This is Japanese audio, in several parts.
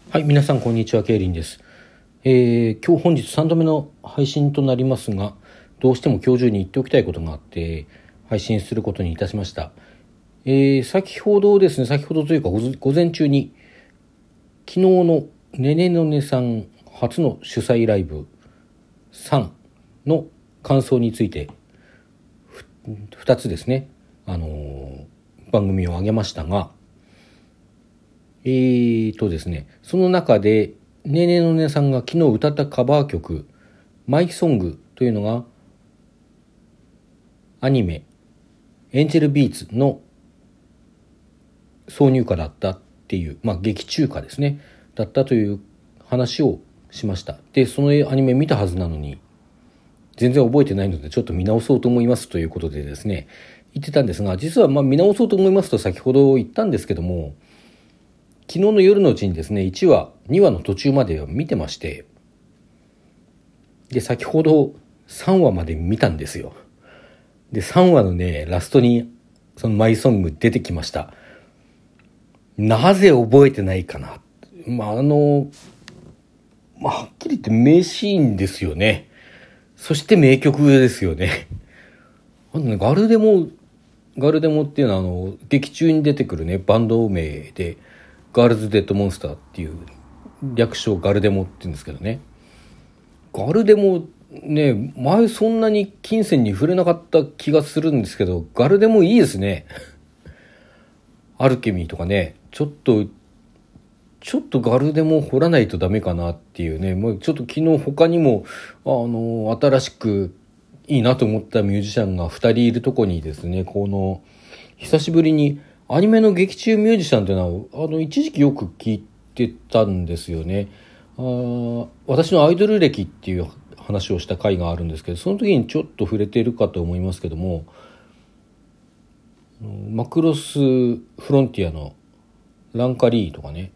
はい、皆さんこんにちは、ケイリンです。今日本日3度目の配信となりますが、どうしても今日中に言っておきたいことがあって配信することにいたしました。先ほどというか午前中に昨日のねねのねさん初の主催ライブ3の感想について2つですね、番組を上げましたが、ですね、その中でねねのねさんが昨日歌ったカバー曲マイソングというのがアニメエンジェルビーツの挿入歌だったっていう、劇中歌ですねだったという話をしました。でそのアニメ見たはずなのに全然覚えてないのでちょっと見直そうと思いますということでですね言ってたんですが、実は見直そうと思いますと先ほど言ったんですけども、昨日の夜のうちにですね1話2話の途中までは見てまして、で先ほど3話まで見たんですよ。で3話のねラストにそのマイソング出てきました。なぜ覚えてないかな。はっきり言って名シーンですよね。そして名曲ですよね。ガルデモっていうのは劇中に出てくるねバンド名でガールズデッドモンスターっていう略称ガルデモって言うんですけどね、ガルデモね、前そんなに金銭に触れなかった気がするんですけど、ガルデモいいですね。アルケミーとかね、ちょっとガルデモ掘らないとダメかなっていうね、ちょっと昨日他にも新しくいいなと思ったミュージシャンが2人いるとこにですね、久しぶりにアニメの劇中ミュージシャンっていうのは一時期よく聞いてたんですよね。私のアイドル歴っていう話をした回があるんですけど、その時にちょっと触れているかと思いますけども、マクロスフロンティアのランカリーとかね、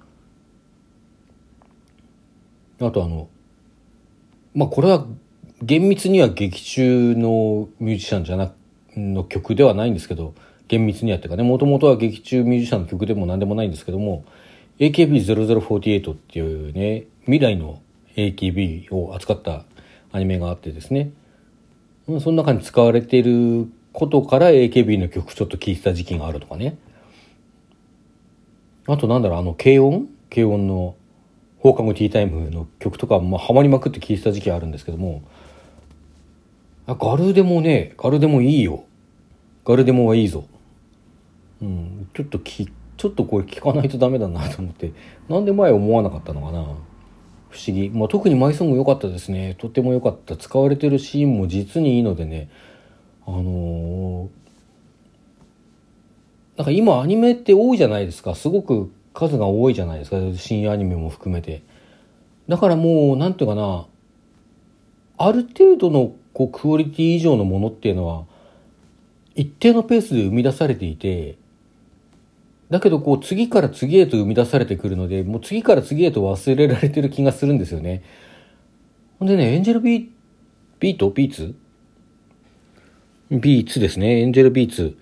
あとこれは厳密には劇中のミュージシャンの曲ではないんですけど、厳密にはっていうかね、もともとは劇中ミュージシャンの曲でも何でもないんですけども、 AKB0048 っていうね未来の AKB を扱ったアニメがあってですね、その中に使われていることから AKB の曲ちょっと聴いてた時期があるとかね、あと軽音の放課後ティータイムの曲とかハマりまくって聴いてた時期あるんですけども、ガルデモいいよ、ガルデモはいいぞ、ちょっとこれ聞かないとダメだなと思って、なんで前思わなかったのかな、不思議。特にマイソング良かったですね。とっても良かった。使われてるシーンも実にいいのでね、なんか今アニメって多いじゃないですか。すごく数が多いじゃないですか、深夜アニメも含めて。だからもうなんていうかな、ある程度のクオリティ以上のものっていうのは一定のペースで生み出されていて、だけど次から次へと生み出されてくるので、もう次から次へと忘れられてる気がするんですよね。ほんでね、エンジェルビーツですね。エンジェルビーツ。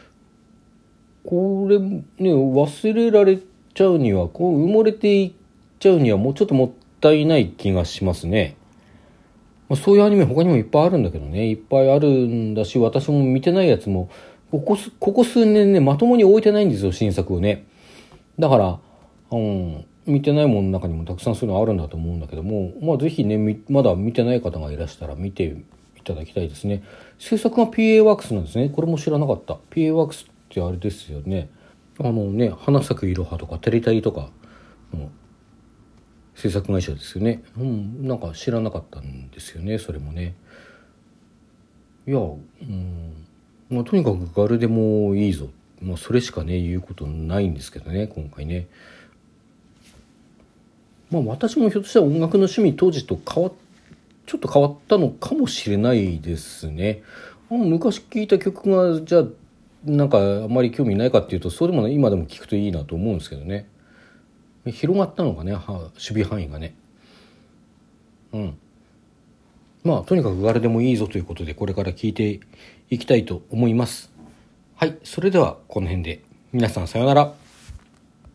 これね、忘れられちゃうには、埋もれていっちゃうにはもうちょっともったいない気がしますね。そういうアニメ他にもいっぱいあるんだけどね、いっぱいあるんだし、私も見てないやつもここ数年ねまともに置いてないんですよ、新作をね。だから見てないものの中にもたくさんそういうのあるんだと思うんだけども、ぜひねまだ見てない方がいらしたら見ていただきたいですね。制作が PA ワークスなんですね。これも知らなかった。 PA ワークスってあれですよね、花咲くいろはとかテレタイとかの制作会社ですよね。なんか知らなかったんですよね、それもね。いやとにかくガルでもいいぞ、それしかね言うことないんですけどね、今回ね。私もひょっとしたら音楽の趣味当時とちょっと変わったのかもしれないですね。昔聴いた曲がじゃあなんかあまり興味ないかっていうと、そうでもない。今でも聴くといいなと思うんですけどね。広がったのかね、守備範囲がね。とにかくガルでもいいぞということで、これから聴いていきたいと思います。はい、それではこの辺で皆さんさようなら。